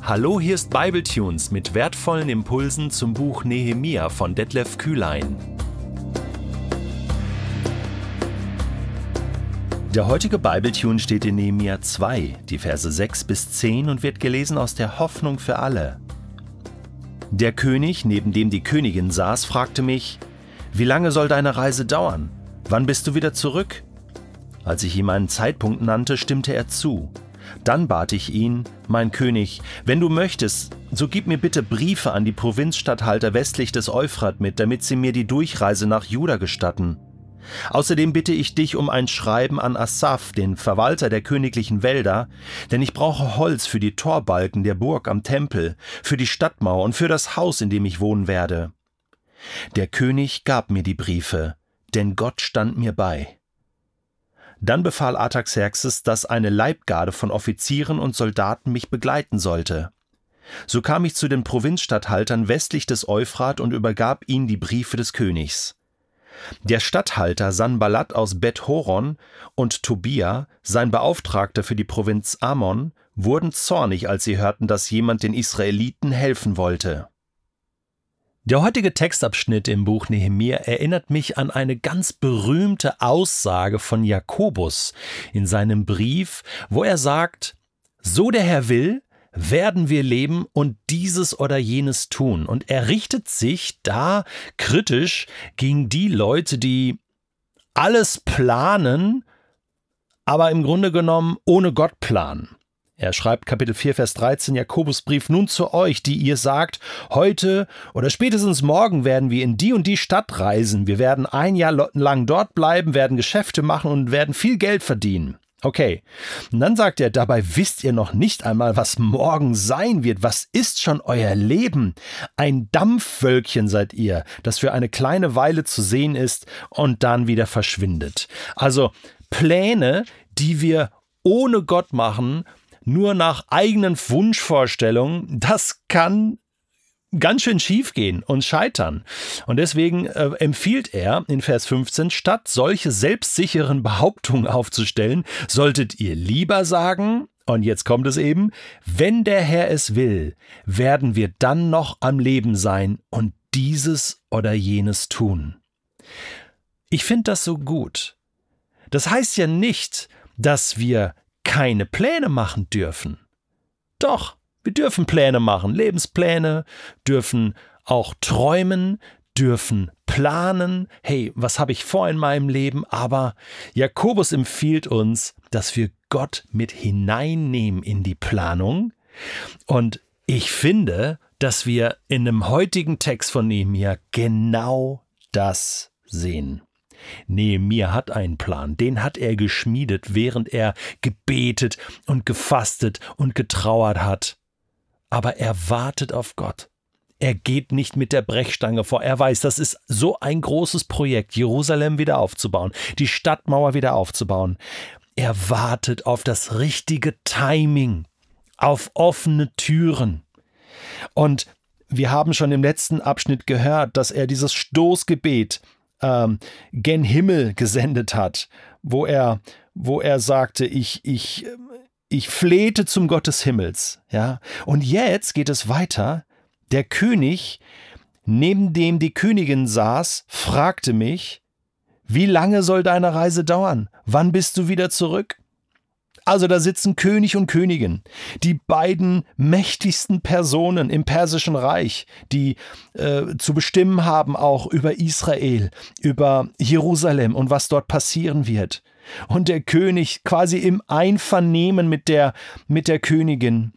Hallo, hier ist Bibletunes mit wertvollen Impulsen zum Buch Nehemia von Detlef Kühlein. Der heutige Bibletune steht in Nehemia 2, die Verse 6 bis 10 und wird gelesen aus der Hoffnung für alle. Der König, neben dem die Königin saß, fragte mich: Wie lange soll deine Reise dauern? Wann bist du wieder zurück? Als ich ihm einen Zeitpunkt nannte, stimmte er zu. Dann bat ich ihn: Mein König, wenn du möchtest, so gib mir bitte Briefe an die Provinzstatthalter westlich des Euphrat mit, damit sie mir die Durchreise nach Juda gestatten. Außerdem bitte ich dich um ein Schreiben an Asaf, den Verwalter der königlichen Wälder, denn ich brauche Holz für die Torbalken der Burg am Tempel, für die Stadtmauer und für das Haus, in dem ich wohnen werde. Der König gab mir die Briefe, denn Gott stand mir bei. Dann befahl Artaxerxes, dass eine Leibgarde von Offizieren und Soldaten mich begleiten sollte. So kam ich zu den Provinzstatthaltern westlich des Euphrat und übergab ihnen die Briefe des Königs. Der Statthalter Sanballat aus Bet-Horon und Tobia, sein Beauftragter für die Provinz Ammon, wurden zornig, als sie hörten, dass jemand den Israeliten helfen wollte. Der heutige Textabschnitt im Buch Nehemia erinnert mich an eine ganz berühmte Aussage von Jakobus in seinem Brief, wo er sagt: So der Herr will, werden wir leben und dieses oder jenes tun. Und er richtet sich da kritisch gegen die Leute, die alles planen, aber im Grunde genommen ohne Gott planen. Er schreibt Kapitel 4, Vers 13, Jakobusbrief: Nun zu euch, die ihr sagt, heute oder spätestens morgen werden wir in die und die Stadt reisen. Wir werden ein Jahr lang dort bleiben, werden Geschäfte machen und werden viel Geld verdienen. Okay, und dann sagt er, dabei wisst ihr noch nicht einmal, was morgen sein wird. Was ist schon euer Leben? Ein Dampfwölkchen seid ihr, das für eine kleine Weile zu sehen ist und dann wieder verschwindet. Also Pläne, die wir ohne Gott machen, nur nach eigenen Wunschvorstellungen, das kann ganz schön schief gehen und scheitern. Und deswegen empfiehlt er in Vers 15, statt solche selbstsicheren Behauptungen aufzustellen, solltet ihr lieber sagen, und jetzt kommt es eben, wenn der Herr es will, werden wir dann noch am Leben sein und dieses oder jenes tun. Ich finde das so gut. Das heißt ja nicht, dass wir keine Pläne machen dürfen. Doch, wir dürfen Pläne machen, Lebenspläne, dürfen auch träumen, dürfen planen. Hey, was habe ich vor in meinem Leben? Aber Jakobus empfiehlt uns, dass wir Gott mit hineinnehmen in die Planung. Und ich finde, dass wir in dem heutigen Text von Nehemia genau das sehen. Nehemia hat einen Plan, den hat er geschmiedet, während er gebetet und gefastet und getrauert hat. Aber er wartet auf Gott. Er geht nicht mit der Brechstange vor. Er weiß, das ist so ein großes Projekt, Jerusalem wieder aufzubauen, die Stadtmauer wieder aufzubauen. Er wartet auf das richtige Timing, auf offene Türen. Und wir haben schon im letzten Abschnitt gehört, dass er dieses Stoßgebet gen Himmel gesendet hat, wo er sagte, ich flehte zum Gott des Himmels. Ja? Und jetzt geht es weiter. Der König, neben dem die Königin saß, fragte mich: Wie lange soll deine Reise dauern? Wann bist du wieder zurück? Also da sitzen König und Königin, die beiden mächtigsten Personen im Persischen Reich, die zu bestimmen haben auch über Israel, über Jerusalem und was dort passieren wird. Und der König quasi im Einvernehmen mit der Königin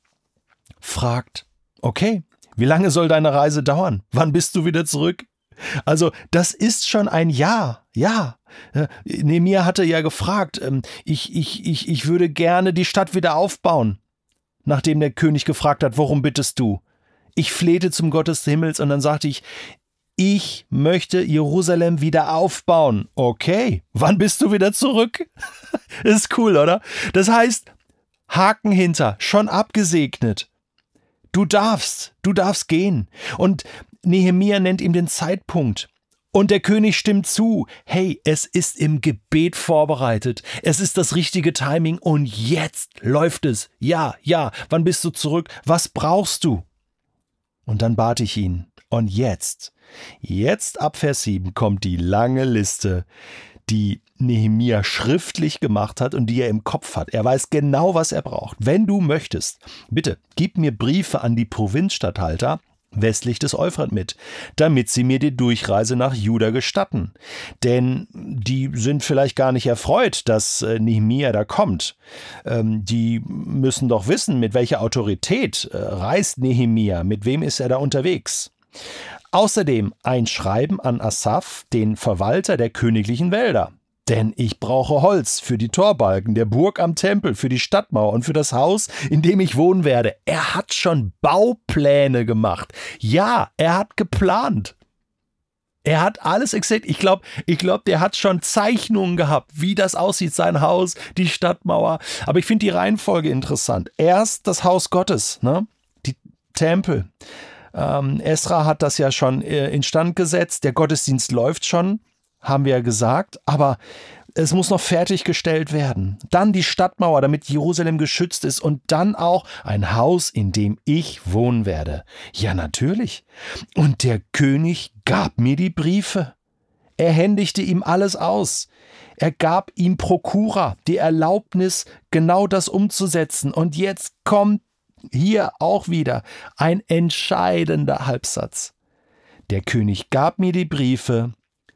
fragt: Okay, wie lange soll deine Reise dauern? Wann bist du wieder zurück? Also das ist schon ein Ja, ja. Nehemia hatte ja gefragt, ich würde gerne die Stadt wieder aufbauen. Nachdem der König gefragt hat, worum bittest du? Ich flehte zum Gott des Himmels und dann sagte ich möchte Jerusalem wieder aufbauen. Okay, wann bist du wieder zurück? Ist cool, oder? Das heißt, Haken hinter, schon abgesegnet. Du darfst gehen. Und Nehemia nennt ihm den Zeitpunkt. Und der König stimmt zu. Hey, es ist im Gebet vorbereitet. Es ist das richtige Timing und jetzt läuft es. Ja, wann bist du zurück? Was brauchst du? Und dann bat ich ihn. Und jetzt ab Vers 7 kommt die lange Liste, die Nehemia schriftlich gemacht hat und die er im Kopf hat. Er weiß genau, was er braucht. Wenn du möchtest, bitte gib mir Briefe an die Provinzstatthalter westlich des Euphrat mit, damit sie mir die Durchreise nach Juda gestatten. Denn die sind vielleicht gar nicht erfreut, dass Nehemia da kommt. Die müssen doch wissen, mit welcher Autorität reist Nehemia, mit wem ist er da unterwegs. Außerdem ein Schreiben an Asaph, den Verwalter der königlichen Wälder. Denn ich brauche Holz für die Torbalken der Burg am Tempel, für die Stadtmauer und für das Haus, in dem ich wohnen werde. Er hat schon Baupläne gemacht. Ja, er hat geplant. Er hat alles exakt. Ich glaube, der hat schon Zeichnungen gehabt, wie das aussieht, sein Haus, die Stadtmauer. Aber ich finde die Reihenfolge interessant. Erst das Haus Gottes, ne? Die Tempel. Esra hat das ja schon instand gesetzt. Der Gottesdienst läuft schon. Haben wir ja gesagt, aber es muss noch fertiggestellt werden. Dann die Stadtmauer, damit Jerusalem geschützt ist und dann auch ein Haus, in dem ich wohnen werde. Ja, natürlich. Und der König gab mir die Briefe. Er händigte ihm alles aus. Er gab ihm Prokura, die Erlaubnis, genau das umzusetzen. Und jetzt kommt hier auch wieder ein entscheidender Halbsatz. Der König gab mir die Briefe,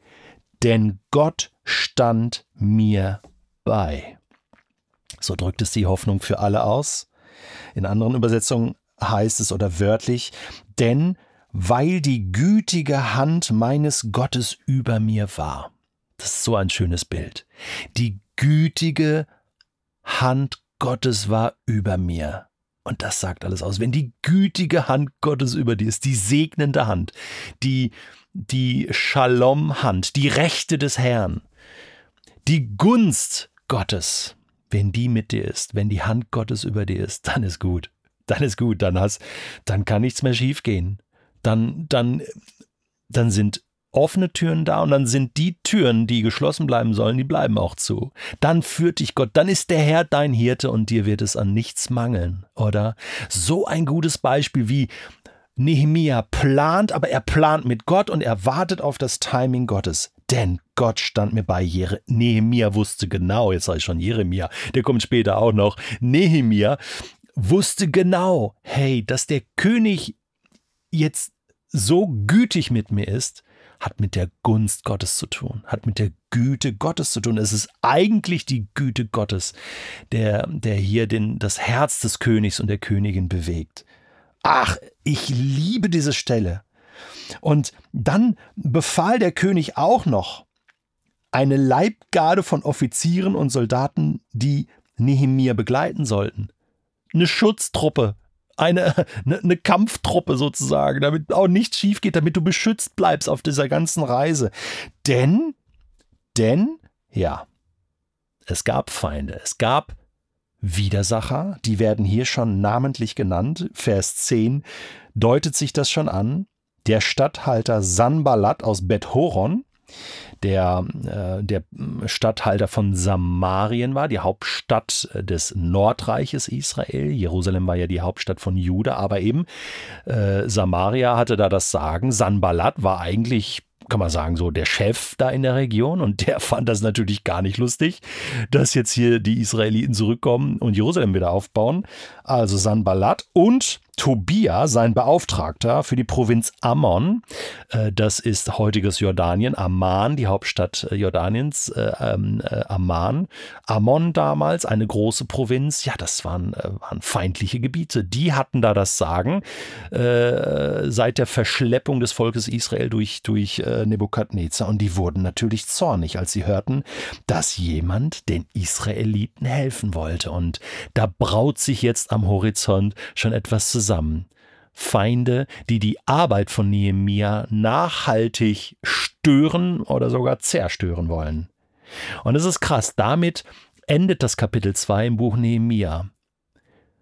denn Gott stand mir bei. So drückt es die Hoffnung für alle aus. In anderen Übersetzungen heißt es oder wörtlich, denn weil die gütige Hand meines Gottes über mir war. Das ist so ein schönes Bild. Die gütige Hand Gottes war über mir. Und das sagt alles aus. Wenn die gütige Hand Gottes über dir ist, die segnende Hand, die Shalom-Hand, die Rechte des Herrn, die Gunst Gottes, wenn die mit dir ist, wenn die Hand Gottes über dir ist, dann ist gut. Dann ist gut, dann kann nichts mehr schiefgehen. Dann sind offene Türen da und dann sind die Türen, die geschlossen bleiben sollen, die bleiben auch zu. Dann führt dich Gott, dann ist der Herr dein Hirte und dir wird es an nichts mangeln, oder? So ein gutes Beispiel, wie Nehemia plant, aber er plant mit Gott und er wartet auf das Timing Gottes. Denn Gott stand mir bei. Nehemia wusste genau, jetzt sage ich schon Jeremia, der kommt später auch noch. Nehemia wusste genau, hey, dass der König jetzt so gütig mit mir ist, hat mit der Gunst Gottes zu tun, hat mit der Güte Gottes zu tun. Es ist eigentlich die Güte Gottes, der hier das Herz des Königs und der Königin bewegt. Ach, ich liebe diese Stelle. Und dann befahl der König auch noch eine Leibgarde von Offizieren und Soldaten, die Nehemia begleiten sollten. Eine Schutztruppe, eine Kampftruppe sozusagen, damit auch nichts schief geht, damit du beschützt bleibst auf dieser ganzen Reise. Denn, ja, es gab Feinde, es gab Widersacher, die werden hier schon namentlich genannt. Vers 10 deutet sich das schon an. Der Statthalter Sanballat aus Bet-Horon, der Statthalter von Samarien war, die Hauptstadt des Nordreiches Israel. Jerusalem war ja die Hauptstadt von Juda, aber eben Samaria hatte da das Sagen. Sanballat war eigentlich, kann man sagen, so der Chef da in der Region und der fand das natürlich gar nicht lustig, dass jetzt hier die Israeliten zurückkommen und Jerusalem wieder aufbauen. Also Sanballat und Tobia, sein Beauftragter für die Provinz Ammon, das ist heutiges Jordanien, Amman, die Hauptstadt Jordaniens, Amman. Ammon damals, eine große Provinz, ja, das waren feindliche Gebiete. Die hatten da das Sagen seit der Verschleppung des Volkes Israel durch Nebukadnezar und die wurden natürlich zornig, als sie hörten, dass jemand den Israeliten helfen wollte und da braut sich jetzt am Horizont schon etwas zusammen. Feinde, die die Arbeit von Nehemia nachhaltig stören oder sogar zerstören wollen. Und es ist krass, damit endet das Kapitel 2 im Buch Nehemia.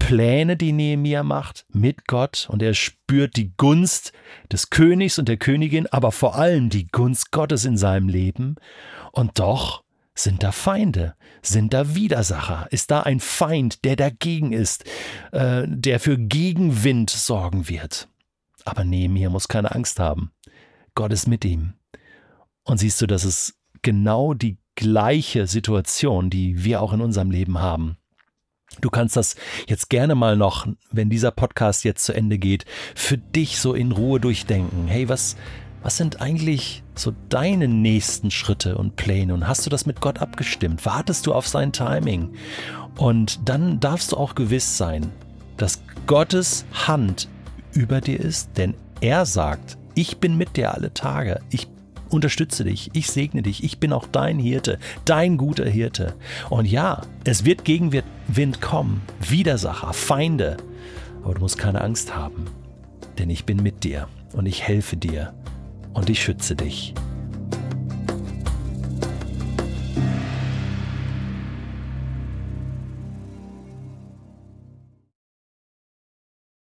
Pläne, die Nehemia macht mit Gott, und er spürt die Gunst des Königs und der Königin, aber vor allem die Gunst Gottes in seinem Leben. Und doch sind da Feinde, sind da Widersacher, ist da ein Feind, der dagegen ist, der für Gegenwind sorgen wird. Aber Nehemia muss keine Angst haben. Gott ist mit ihm. Und siehst du, das ist genau die gleiche Situation, die wir auch in unserem Leben haben. Du kannst das jetzt gerne mal noch, wenn dieser Podcast jetzt zu Ende geht, für dich so in Ruhe durchdenken. Hey, was sind eigentlich so deine nächsten Schritte und Pläne? Und hast du das mit Gott abgestimmt? Wartest du auf sein Timing? Und dann darfst du auch gewiss sein, dass Gottes Hand über dir ist, denn er sagt, ich bin mit dir alle Tage, ich unterstütze dich, ich segne dich, ich bin auch dein Hirte, dein guter Hirte. Und ja, es wird Gegenwind kommen, Widersacher, Feinde, aber du musst keine Angst haben, denn ich bin mit dir und ich helfe dir und ich schütze dich.